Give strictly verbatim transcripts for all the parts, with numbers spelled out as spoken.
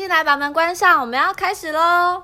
进来，把门关上，我们要开始咯。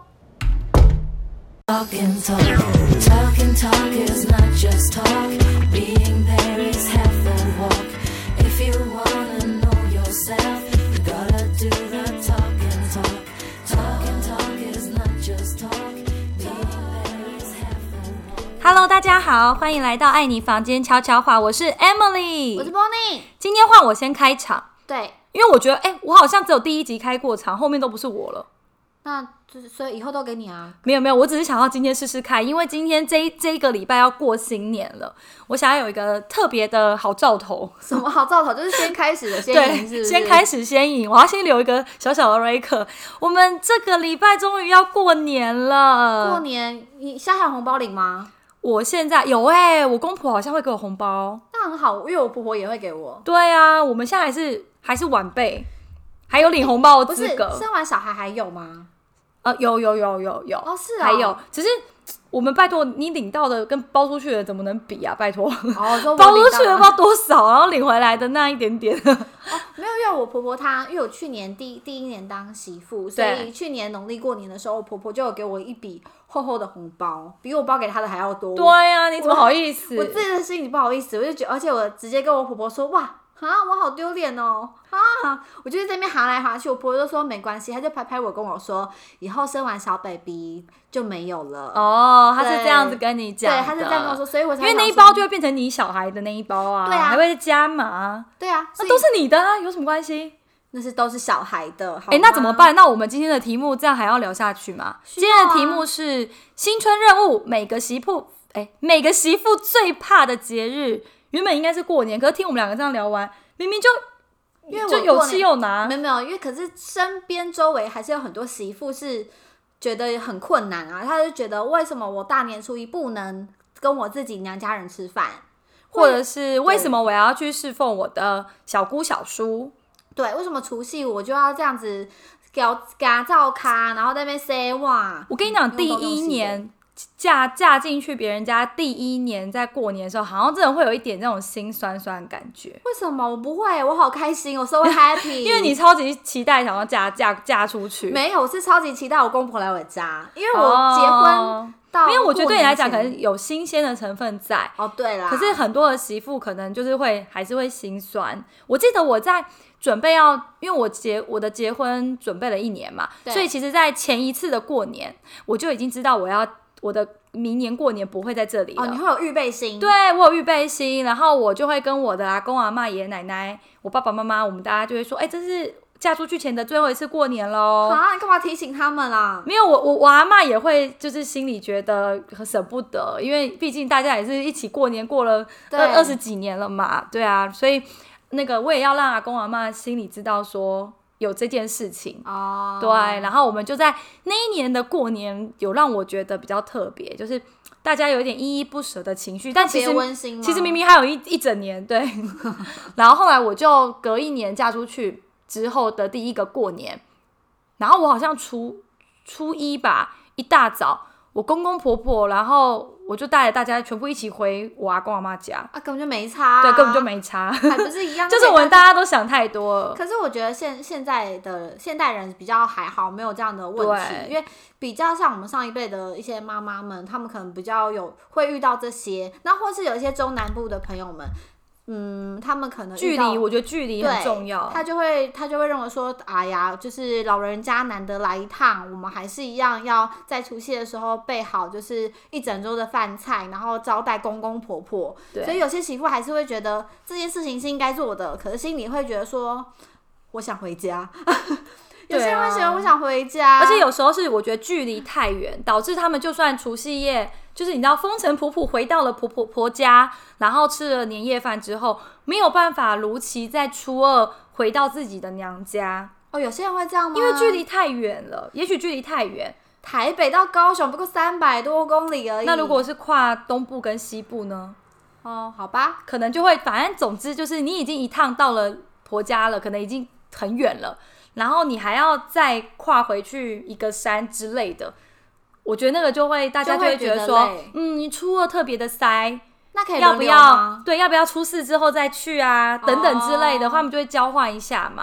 Talk and talk, talk and talk is not just talk. Being there is half the walk. If you wanna know yourself, you gotta do the talk and talk. Talk and talk is not just talk. Being there is half the walk. Hello， 大家好，欢迎来到爱你房间悄悄话，我是 Emily， 我是 Bonnie。 今天换我先开场， 对， 因为我觉得，哎、欸，我好像只有第一集开过场，后面都不是我了。 那就是所以以后都给你啊。 没有没有，我只是想要今天试试看，因为今天这这一个礼拜要过新年了，我想要有一个特别的好兆头。 什么好兆头？就是先开始的先赢，是不是？ 先开始先赢，我要先留一个小小的 break。我们这个礼拜终于要过年了。 过年，你现在还有红包领吗？ 我现在有哎、欸，我公婆好像会给我红包。 那很好，因为我婆婆也会给我。 对啊，我们现在还是还是晚辈，还有领红包的资格。 不是生完小孩还有吗？ 呃，有有有有有哦，是啊、 还有，只是我们拜托你领到的跟包出去的怎么能比啊？拜托， 哦，说包出去的不知道多少，然后领回来的那一点点。 哦，没有，因为我婆婆她，因为我去年第第一年当媳妇，所以去年农历过年的时候，我婆婆就有给我一笔厚厚的红包，比我包给她的还要多。 对啊，你怎么好意思？ 我, 我自己的心里不好意思，我就觉得，而且我直接跟我婆婆说，哇。啊，我好丢脸哦！啊，我就在那边爬来爬去，我婆婆就说没关系，她就拍拍我跟我说，以后生完小 baby 就没有了。 哦，她是这样子跟你讲的， 对，她是这样跟我说，所以我才因为那一包就会变成你小孩的那一包啊， 对啊， 还会加码， 对啊， 那都是你的啊，有什么关系？ 那是都是小孩的， 哎、欸，那怎么办？那我们今天的题目这样还要聊下去吗？ 啊、 今天的题目是新春任务，每个媳妇哎、欸，每个媳妇最怕的节日，原本应该是过年，可是听我们两个这样聊完。明明就因为我就有吃有拿， 没有没有，因为可是身边周围还是有很多媳妇是觉得很困难啊，他就觉得为什么我大年初一不能跟我自己娘家人吃饭， 或者是为什么我要去侍奉我的小姑小叔？ 对，为什么除夕我就要这样子给给他照咖，然后在那边 say 哇？ 我跟你讲，第一年。嫁嫁进去别人家第一年，在过年的时候，好像真的会有一点那种心酸酸的感觉。 为什么我不会？我好开心，我 so happy。 因为你超级期待想要嫁嫁嫁出去。 没有，我是超级期待我公婆来我家，因为我结婚到、哦， 因为我觉得对你来讲可能有新鲜的成分在。 哦，对啦。 可是很多的媳妇可能就是会还是会心酸。我记得我在准备要，因为我结我的结婚准备了一年嘛，所以其实在前一次的过年，我就已经知道我要。我的明年过年不会在这里了。 哦，你会有预备心。 对，我有预备心，然后我就会跟我的阿公阿嬷、爷爷奶奶、我爸爸妈妈，我们大家就会说，哎、欸，这是嫁出去前的最后一次过年咯。 啊，你干嘛提醒他们啦？ 没有，我我我阿嬷也会，就是心里觉得很舍不得，因为毕竟大家也是一起过年过了二二十几年了嘛，对啊，所以那个我也要让阿公阿嬷心里知道说。有这件事情哦，对，然后我们就在那一年的过年，有让我觉得比较特别，就是大家有一点依依不舍的情绪，但其实温馨吗？ 其实明明还有一一整年，对。然后后来我就隔一年嫁出去之后的第一个过年，然后我好像初初一吧，一大早，我公公婆婆，然后。我就带着大家全部一起回我阿公阿嬷家啊，根本就没差、啊， 对，根本就没差， 还不是一样。 就是我们大家都想太多了。 可是我觉得现现在的现代人比较还好，没有这样的问题，因为比较像我们上一辈的一些妈妈们，他们可能比较有会遇到这些，那或是有一些中南部的朋友们。嗯，他们可能距离，我觉得距离很重要。 他就会，他就会认为说，哎呀，就是老人家难得来一趟，我们还是一样要在除夕的时候备好，就是一整桌的饭菜，然后招待公公婆婆。所以有些媳妇还是会觉得这件事情是应该做的，可是心里会觉得说，我想回家。有些人会觉得我想回家， 而且有时候是我觉得距离太远，导致他们就算除夕夜，就是你知道风尘仆仆回到了婆婆婆家，然后吃了年夜饭之后，没有办法如期在初二回到自己的娘家。 哦，有些人会这样吗？ 因为距离太远了，也许距离太远， 台北到高雄不过三百多公里而已。 那如果是跨东部跟西部呢？ 哦，好吧， 可能就会，反正总之就是你已经一趟到了婆家了，可能已经很远了。然后你还要再跨回去一个山之类的，我觉得那个就会大家就会觉得说，嗯，你初二特别的塞， 那可以要不要对要不要初四之后再去啊，等等之类的， 哦、 他们就会交换一下嘛。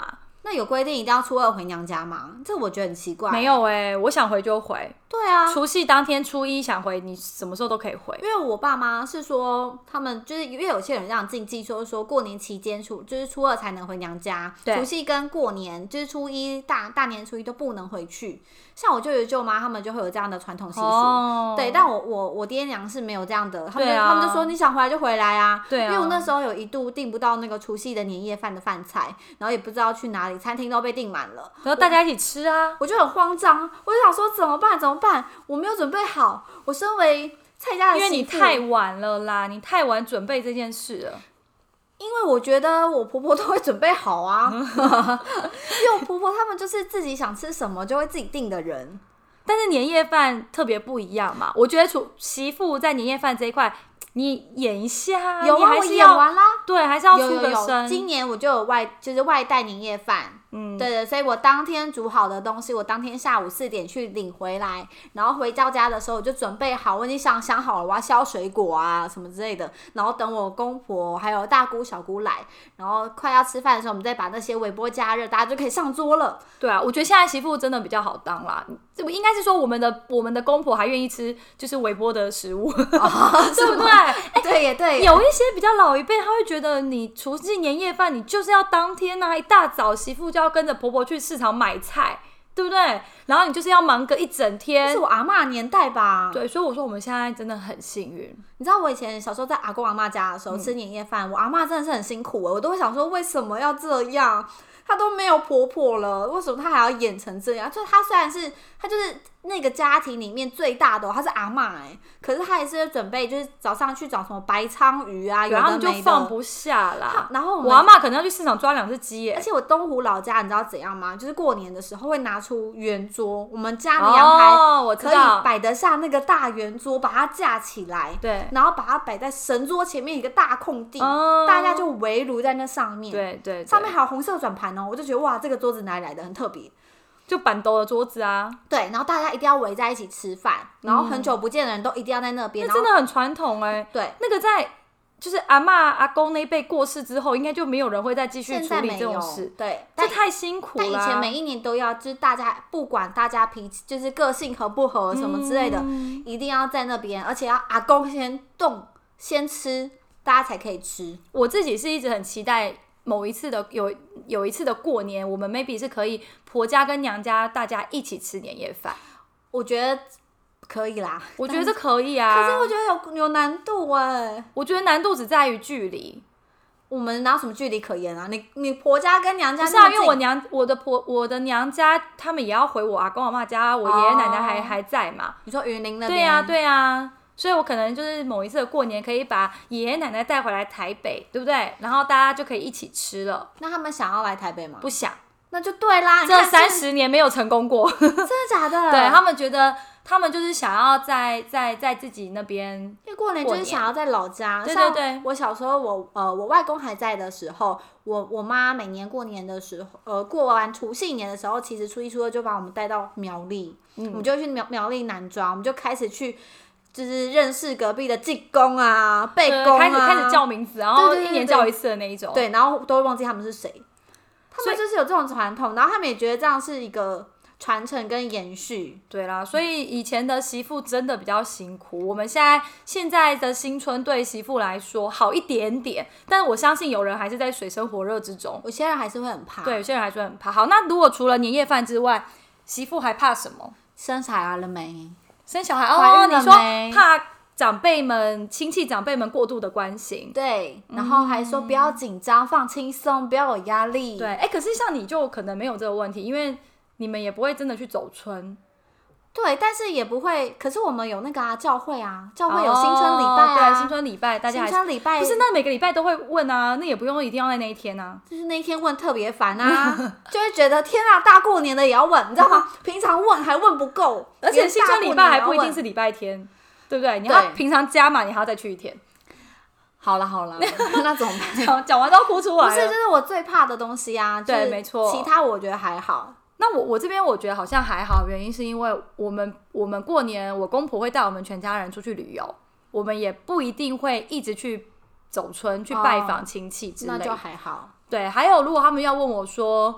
那有规定一定要初二回娘家吗？这我觉得很奇怪。 没有哎、欸，我想回就回。 对啊， 除夕当天初一想回，你什么时候都可以回。 因为我爸妈是说，他们就是因为有些人这样禁忌，说说过年期间初就是初二才能回娘家，除夕跟过年就是初一大大年初一都不能回去。像我舅舅舅妈他们就会有这样的传统习俗，哦、对，但我我我爹娘是没有这样的，他们就、啊、他们就说你想回来就回来啊，对啊，因为我那时候有一度订不到那个除夕的年夜饭的饭菜，然后也不知道去哪里，餐厅都被订满了， 然后大家一起吃啊， 我, 我就很慌张，我就想说怎么办怎么办，我没有准备好，我身为蔡家的媳妇， 因为你太晚了啦，你太晚准备这件事了。 因为我觉得我婆婆都会准备好啊，因为我婆婆他们就是自己想吃什么就会自己订的人。 但是年夜饭特别不一样嘛，我觉得除媳妇在年夜饭这一块，你演一下， 有啊， 你还是我演完啦， 对，还是要出个声。 有有有，今年我就有外就是外带年夜饭。嗯，对的，所以我当天煮好的东西，我当天下午四点去领回来，然后回到家的时候我就准备好，我已经想想好了我要削水果啊什么之类的，然后等我公婆还有大姑小姑来，然后快要吃饭的时候，我们再把那些微波加热，大家就可以上桌了。 对啊，我觉得现在媳妇真的比较好当啦，应该是说我们的我们的公婆还愿意吃就是微波的食物，哦、对不对？欸、 对也对耶， 有一些比较老一辈，他会觉得你除夕年夜饭你就是要当天啊，一大早媳妇就要跟着婆婆去市场买菜，对不对？然后你就是要忙个一整天， 这是我阿嬷年代吧？ 对，所以我说我们现在真的很幸运。 你知道我以前小时候在阿公阿嬷家的时候、嗯、吃年夜饭，我阿嬷真的是很辛苦耶，我都会想说为什么要这样？她都没有婆婆了，为什么她还要演成这样？就她虽然是她就是那个家庭里面最大的、哦，她是阿嬷哎，可是她还是准备就是早上去找什么白鲳鱼啊，有的没的， 然后就放不下啦。 然后我, 我阿嬷可能要去市场抓两只鸡耶。 而且我东湖老家你知道怎样吗？就是过年的时候会拿出圆桌，我们家的阳台可以摆得下那个大圆桌，把它架起来，对，然后把它摆在神桌前面一个大空地，哦、大家就围炉在那上面， 对 对, 对，上面还有红色转盘哦，我就觉得哇，这个桌子哪里来的，很特别。 就板凳的桌子啊， 对，然后大家一定要围在一起吃饭，然后很久不见的人都一定要在那边， 那真的很传统哎。对，那个在就是阿嬷阿公那一辈过世之后，应该就没有人会再继续处理这种事，对，这太辛苦了。 但以前每一年都要，就是大家不管大家脾气就是个性合不合什么之类的，嗯、一定要在那边，而且要阿公先动先吃，大家才可以吃。 我自己是一直很期待。某一次的有有一次的过年，我们 maybe 是可以婆家跟娘家大家一起吃年夜饭， 我觉得可以啦， 我觉得这可以啊。 可是我觉得有有难度哎， 我觉得难度只在于距离， 我们哪有什么距离可言啊？你你婆家跟娘家不是啊，因为我娘我的婆我的娘家他们也要回我阿公阿嬷家，我爷爷奶奶还、哦、还在嘛。 你说云林那边？ 对啊对啊。所以我可能就是某一次的过年可以把爷爷奶奶带回来台北，对不对？然后大家就可以一起吃了。 那他们想要来台北吗？ 不想， 那就对啦。 这三十年没有成功过， 真的假的？ 对，他们觉得他们就是想要在在在自己那边， 因为过年就是想要在老家。 对对对。 像我小时候我，我呃我外公还在的时候，我我妈每年过年的时候，呃过完除夕年的时候，其实初一初二就把我们带到苗栗，嗯、我们就去苗苗栗南庄，我们就开始去。就是认识隔壁的济公啊、贝公啊， 开始开始叫名字，然后一年叫一次的那一种。 对，然后都会忘记他们是谁。他们就是有这种传统，然后他们也觉得这样是一个传承跟延续。 对啦，所以以前的媳妇真的比较辛苦。我们现在现在的新春对媳妇来说好一点点，但是我相信有人还是在水深火热之中。 有些人还是会很怕。 对，有些人还是会很怕。好，那如果除了年夜饭之外，媳妇还怕什么？ 生小孩了没？ 生小孩哦，你说怕长辈们、亲戚长辈们过度的关心， 对，然后还说不要紧张，放轻松，不要有压力。 对，哎，可是像你就可能没有这个问题，因为你们也不会真的去走春。 对，但是也不会。可是我们有那个啊，教会啊，教会有新春礼拜啊， 对，新春礼拜，大家还新春礼拜不是那每个礼拜都会问啊，那也不用一定要在那一天啊， 就是那一天问特别烦啊，就会觉得天啊，大过年的也要问，你知道吗？平常问还问不够， 而且新春礼拜还不一定是礼拜天，对不对？你要平常加嘛，你还要再去一天。 好了好了，那怎么办？ 讲讲完都哭出来了。 不是，这是我最怕的东西啊。 对，没错。 其他我觉得还好。 那我我这边我觉得好像还好，原因是因为我们我们过年，我公婆会带我们全家人出去旅游，我们也不一定会一直去走春去拜访亲戚之类的、哦， 那就还好。 对，还有如果他们要问我说要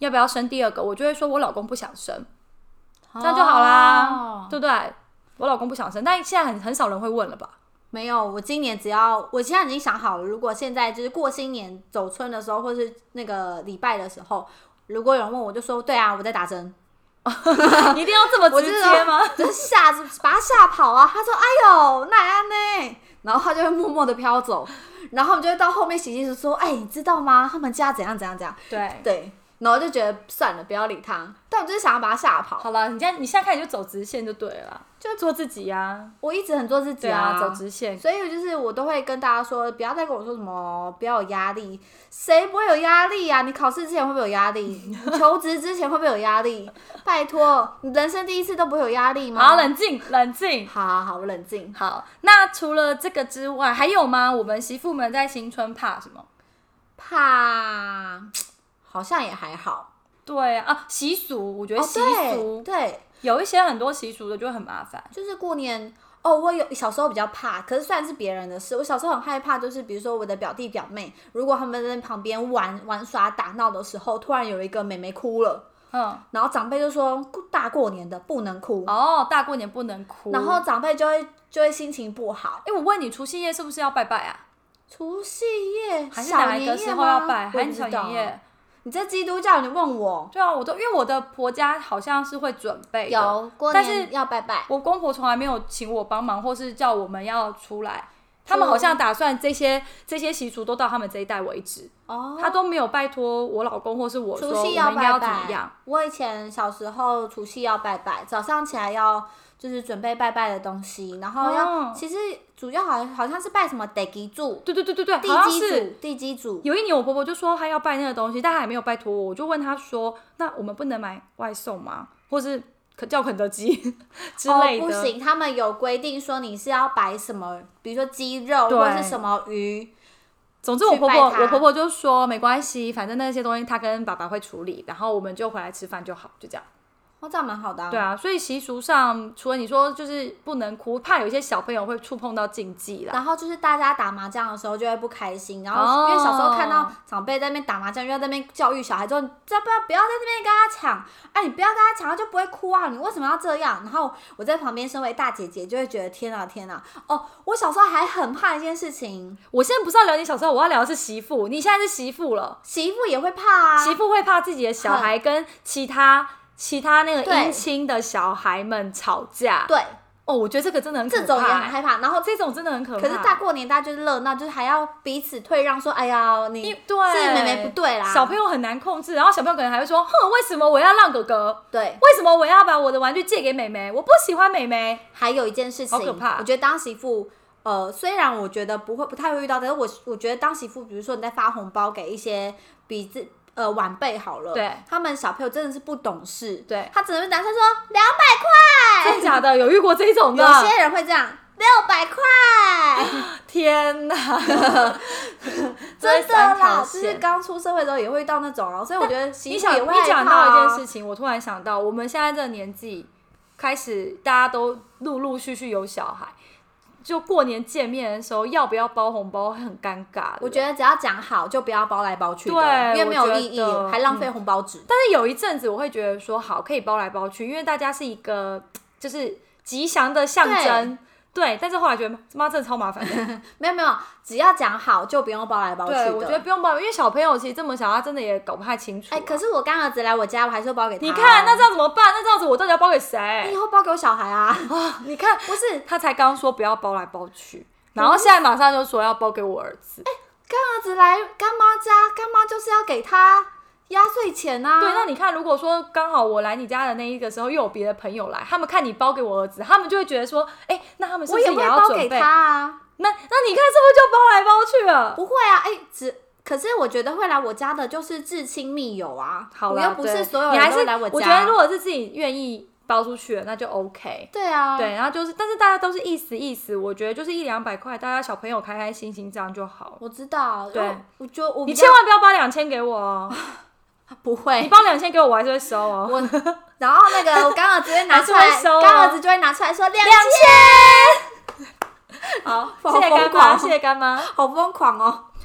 要不要生第二个，我就会说我老公不想生，这样就好啦，哦、对不对？我老公不想生，但现在很很少人会问了吧？ 没有，我今年只要我现在已经想好了，如果现在就是过新年走春的时候，或是那个礼拜的时候，如果有人问我就说对啊，我在打针。 你一定要这么直接吗？ 就是吓着把他吓跑啊！他说：“哎呦，那样呢？”然后他就会默默的飘走，然后我们就会到后面洗洗说：“哎、欸，你知道吗？他们家怎样怎样怎样。” 对对，然后就觉得算了，不要理他。但我就是想要把他吓跑。 好了，你现在你现在开始就走直线就对了，就做自己呀、啊。 我一直很做自己啊， 啊走直线。 所以就是我都会跟大家说，不要再跟我说什么不要有压力，谁不会有压力啊？你考试之前会不会有压力？你求职之前会不会有压力？拜托，你人生第一次都不会有压力吗？ 好，冷静，冷静。 好好好，我冷静。 好，那除了这个之外，还有吗？我们媳妇们在新春怕什么？ 怕，好像也还好。 对啊，习俗，我觉得习俗、 哦、对, 对， 有一些很多习俗的就很麻烦。 就是过年哦，我有小时候比较怕，可是虽然是别人的事，我小时候很害怕，就是比如说我的表弟表妹，如果他们在旁边玩玩耍打闹的时候，突然有一个妹妹哭了。嗯，然后长辈就说大过年的不能哭哦，大过年不能哭， 然后长辈就会就会心情不好。 哎、欸，我问你，除夕夜是不是要拜拜啊？ 除夕夜还是哪一个时候要拜？还是小年夜？ 你在基督教，你问我？ 对啊，我都因为我的婆家好像是会准备的， 有过年要拜拜。 我公婆从来没有请我帮忙，或是叫我们要出来。他们好像打算这些这些习俗都到他们这一代为止，哦，他都没有拜托我老公或是我说我们应该要怎么样。 我以前小时候除夕要拜拜，早上起来要就是准备拜拜的东西，然后要、哦、其实主要好像好像是拜什么地基主， 对对对对对， 地基主地基主。 有一年我婆婆就说她要拜那个东西，但她还没有拜托我，我就问她说：“那我们不能买外送吗？或是？”可叫肯德基之类的、 哦、不行，他们有规定说你是要摆什么，比如说鸡肉或者是什么鱼。 总之我婆婆我婆婆就说没关系，反正那些东西她跟爸爸会处理，然后我们就回来吃饭就好，就这样。 哦，这样蛮好的、啊。 对啊，所以习俗上除了你说就是不能哭，怕有一些小朋友会触碰到禁忌啦。 然后就是大家打麻将的时候就会不开心，然后因为小时候看到长辈在那边打麻将，又在那边教育小孩说，你要不要不要在那边跟他抢，哎、啊，你不要跟他抢，他就不会哭啊，你为什么要这样？然后我在旁边身为大姐姐就会觉得天啊天啊，哦，我小时候还很怕一件事情。 我现在不是要聊你小时候，我要聊的是媳妇，你现在是媳妇了， 媳妇也会怕啊， 媳妇会怕自己的小孩跟其他。其他那个姻亲的小孩们吵架， 对， 哦，我觉得这个真的很可怕， 这种也很害怕。然后这种真的很可怕。 可是大过年大家就是热闹，就是还要彼此退让，说，哎呀，你是妹妹不对啦。 小朋友很难控制，然后小朋友可能还会说，哼，为什么我要让哥哥？ 对， 为什么我要把我的玩具借给妹妹？我不喜欢妹妹。 还有一件事情， 好可怕。 我觉得当媳妇，呃，虽然我觉得不会不太会遇到，但是我我觉得当媳妇，比如说你在发红包给一些比自呃，晚辈好了， 对， 他们小朋友真的是不懂事， 对， 他只能拿出说两百块， 真的假的？有遇过这种的？ 有些人会这样，六百块， 天哪， 真的啦，就是刚出社会的时候也会遇到那种哦，所以我觉得媳妇也会害怕、啊。 你讲到一件事情，我突然想到，我们现在这个年纪开始，大家都陆陆续续有小孩。就过年见面的时候，要不要包红包会很尴尬。 我觉得只要讲好，就不要包来包去的， 对， 因为没有意义，还浪费红包纸、嗯。 但是有一阵子，我会觉得说好，可以包来包去，因为大家是一个就是吉祥的象征。对，但是后来觉得妈真的超麻烦的。 没有没有，只要讲好就不用包来包去的。 对，我觉得不用包，因为小朋友其实这么小，他真的也搞不太清楚、啊。 哎、欸，可是我干儿子来我家，我还是会包给他、啊。 你看，那这样怎么办？那这样子我到底要包给谁？ 你以后包给我小孩啊！ 啊，你看，不是他才刚说不要包来包去。然后现在马上就说要包给我儿子。 哎、欸，干儿子来干妈家，干妈就是要给他压岁钱啊。 对，那你看，如果说刚好我来你家的那一个时候又有别的朋友来，他们看你包给我儿子，他们就会觉得说，哎、欸，那他们是不是也要准备？ 我也会包给他啊。 那那你看是不是就包来包去了？ 不会啊，哎、欸，只可是我觉得会来我家的就是至亲密友啊。 好啦， 我又不是所有人都来我家。 我觉得如果是自己愿意。包出去了那就 OK。 对啊， 对，然后就是但是大家都是意思意思，我觉得就是一两百块，大家小朋友开开心心这样就好。 我知道， 对， 我就我你千万不要包两千给我哦。 不会， 你包两千给我，我还是会收哦。 我然后那个我刚儿子就会拿出来， 刚儿子就会拿出来说两千。 好，谢谢干妈，谢谢干妈， 好疯狂哦。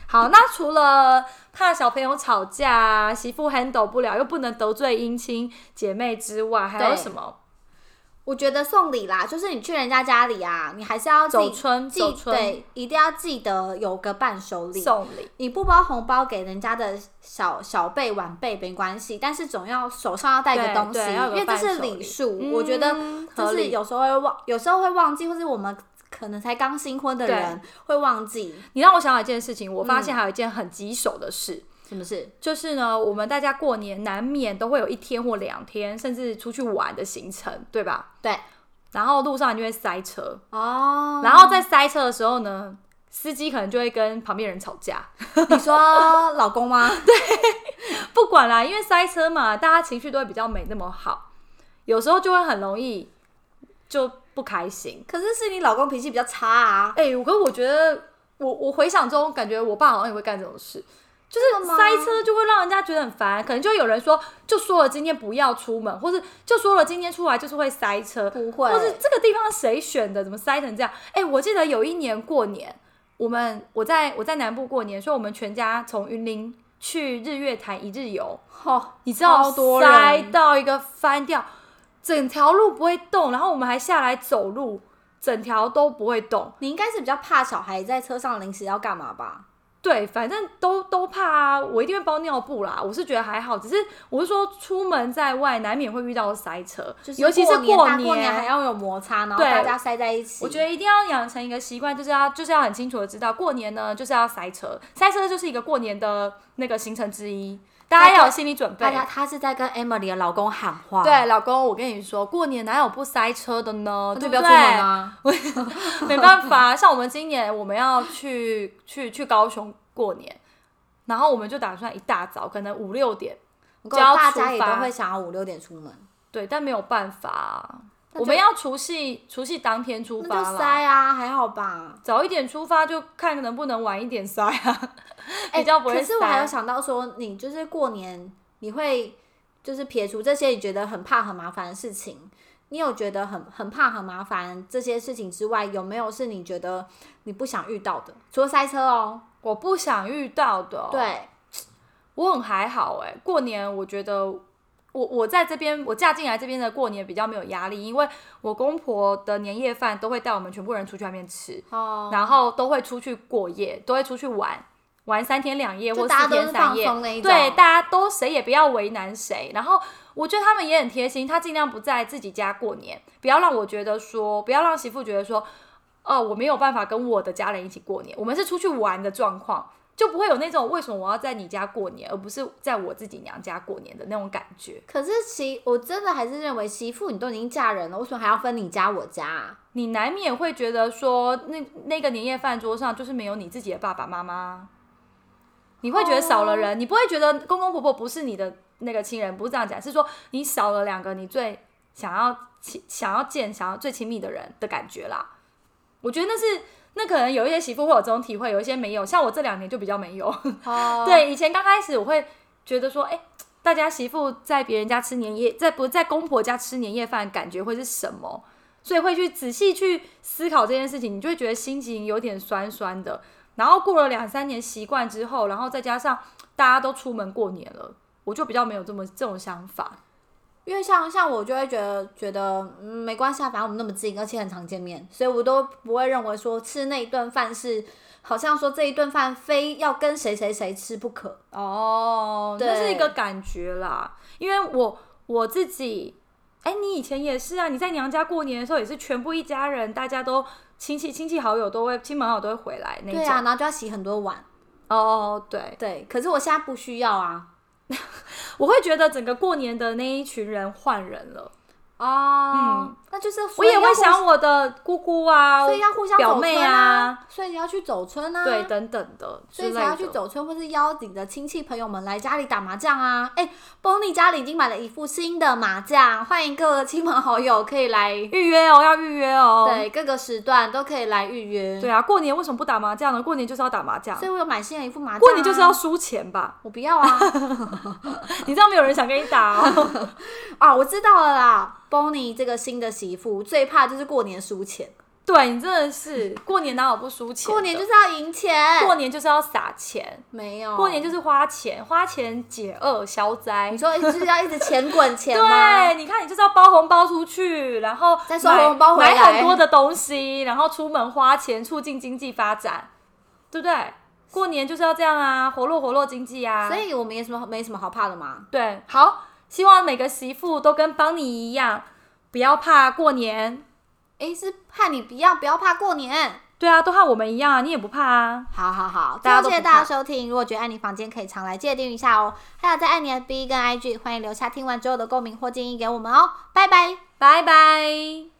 好，那除了怕小朋友吵架啊，媳妇 handle 不了，又不能得罪姻亲姐妹之外，还有什么？ 我觉得送礼啦，就是你去人家家里啊，你还是要走春，走春， 对，一定要记得有个伴手礼， 送礼。 你不包红包给人家的小小辈晚辈没关系，但是总要手上要带个东西，因为这是礼数、嗯。我觉得就是有时候会忘，有时候会忘记，或是我们可能才刚新婚的人会忘记。 你让我想到一件事情，我发现还有一件很棘手的事。嗯， 什么事？ 就是呢，我们大家过年难免都会有一天或两天，甚至出去玩的行程，对吧？ 对。 然后路上就会塞车哦， 然后在塞车的时候呢，司机可能就会跟旁边人吵架。 你说老公吗？ 对，不管啦，因为塞车嘛，大家情绪都会比较没那么好，有时候就会很容易就不开心。 可是是你老公脾气比较差啊。 哎、欸，可是我觉得我我回想中，感觉我爸好像也会干这种事。就是塞车就会让人家觉得很烦，可能就有人说，就说了今天不要出门，或是就说了今天出来就是会塞车， 不会， 或是这个地方谁选的，怎么塞成这样？哎、欸，我记得有一年过年，我们我在我在南部过年，所以我们全家从云林去日月潭一日游， 哦， 你知道塞到一个翻掉，整条路不会动，然后我们还下来走路，整条都不会动。 你应该是比较怕小孩在车上临时要干嘛吧？ 对，反正都都怕啊，我一定会包尿布啦。我是觉得还好，只是我是说出门在外难免会遇到塞车， 就是尤其是过年， 过年还要有摩擦，然后大家塞在一起。 我觉得一定要养成一个习惯，就是要就是要很清楚的知道，过年呢就是要塞车，塞车就是一个过年的那个行程之一。大家要有心理准备。 大家，他是在跟 Emily 的老公喊话。 对，老公，我跟你说，过年哪有不塞车的呢？对不对？ 不要出门啊！ 没办法，像我们今年我们要去去去高雄过年，然后我们就打算一大早，可能五六点就要出发。 大家也都会想要五六点出门。 对，但没有办法，我们要除夕除夕当天出发啦。 那就塞啊，还好吧。 早一点出发就看能不能晚一点塞啊。比较不会塞、欸、 可是我还有想到说，你就是过年，你会就是撇除这些你觉得很怕很麻烦的事情，你有觉得很很怕很麻烦这些事情之外，有没有是你觉得你不想遇到的？除了塞车哦， 我不想遇到的、哦。 对， 我很还好哎、欸，过年我觉得我我在这边，我嫁进来这边的过年比较没有压力，因为我公婆的年夜饭都会带我们全部人出去外面吃，哦，然后都会出去过夜，都会出去玩。玩三天两夜或四天三夜，对，大家都谁也不要为难谁。然后我觉得他们也很贴心，他尽量不在自己家过年，不要让我觉得说，不要让媳妇觉得说，哦，我没有办法跟我的家人一起过年，我们是出去玩的状况，就不会有那种为什么我要在你家过年，而不是在我自己娘家过年的那种感觉。 可是媳，我真的还是认为媳妇你都已经嫁人了，为什么还要分你家我家啊？ 你难免会觉得说，那那个年夜饭桌上就是没有你自己的爸爸妈妈。你会觉得少了人， oh. 你不会觉得公公婆婆不是你的那个亲人，不是这样讲，是说你少了两个你最想要想要见、想要最亲密的人的感觉啦。我觉得那是那可能有一些媳妇会有这种体会，有一些没有，像我这两年就比较没有。Oh. 对，以前刚开始我会觉得说，哎、欸，大家媳妇在别人家吃年夜，在不在公婆家吃年夜饭，感觉会是什么？所以会去仔细去思考这件事情，你就会觉得心情有点酸酸的。然后过了两三年习惯之后，然后再加上大家都出门过年了，我就比较没有这么这种想法。 因为像像我就会觉得觉得、嗯、没关系啊，反正我们那么近，而且很常见面，所以我都不会认为说吃那一顿饭是好像说这一顿饭非要跟谁谁谁吃不可。 哦，那是一个感觉啦。因为我我自己，哎，你以前也是啊，你在娘家过年的时候也是全部一家人，大家都。亲戚亲戚好友都会，亲朋好友都会回来那种。 对啊，然后就要洗很多碗。 哦，对对，可是我现在不需要啊。 我会觉得整个过年的那一群人换人了。 哦，嗯，那就是我也会想我的姑姑啊， 所以要互相表妹啊， 所以你要去走春啊， 对，等等的， 所以才要去走春，或是邀你的亲戚朋友们来家里打麻将啊。哎 ，Bonnie 家里已经买了一副新的麻将，欢迎各个亲朋好友可以来预约哦，要预约哦， 对，各个时段都可以来预约。 对啊，过年为什么不打麻将呢？过年就是要打麻将， 所以我有买新的一副麻将、啊。 过年就是要输钱吧？ 我不要啊， 你这样没有人想跟你打哦。 啊，我知道了啦。Bonnie 这个新的媳妇最怕就是过年输钱。 对你真的是过年哪有不输钱的？ 过年就是要赢钱， 过年就是要撒钱， 没有过年就是花钱，花钱解厄消灾。 你说就是要一直钱滚钱吗？ 对，你看你就是要包红包出去，然后再收红包回来， 买很多的东西，然后出门花钱，促进经济发展，对不对？过年就是要这样啊，活络活络经济啊。 所以我们也什么没什么好怕的嘛。 对，好，希望每个媳妇都跟邦尼一样，不要怕过年。 哎，是怕你不要不要怕过年。 对啊，都和我们一样啊，你也不怕啊。 好好好， 大家都不怕。 谢谢大家收听。如果觉得安妮房间可以常来，记得订阅一下哦。还有在安妮 F B 跟 I G， 欢迎留下听完之后的共鸣或建议给我们哦。拜拜， 拜拜。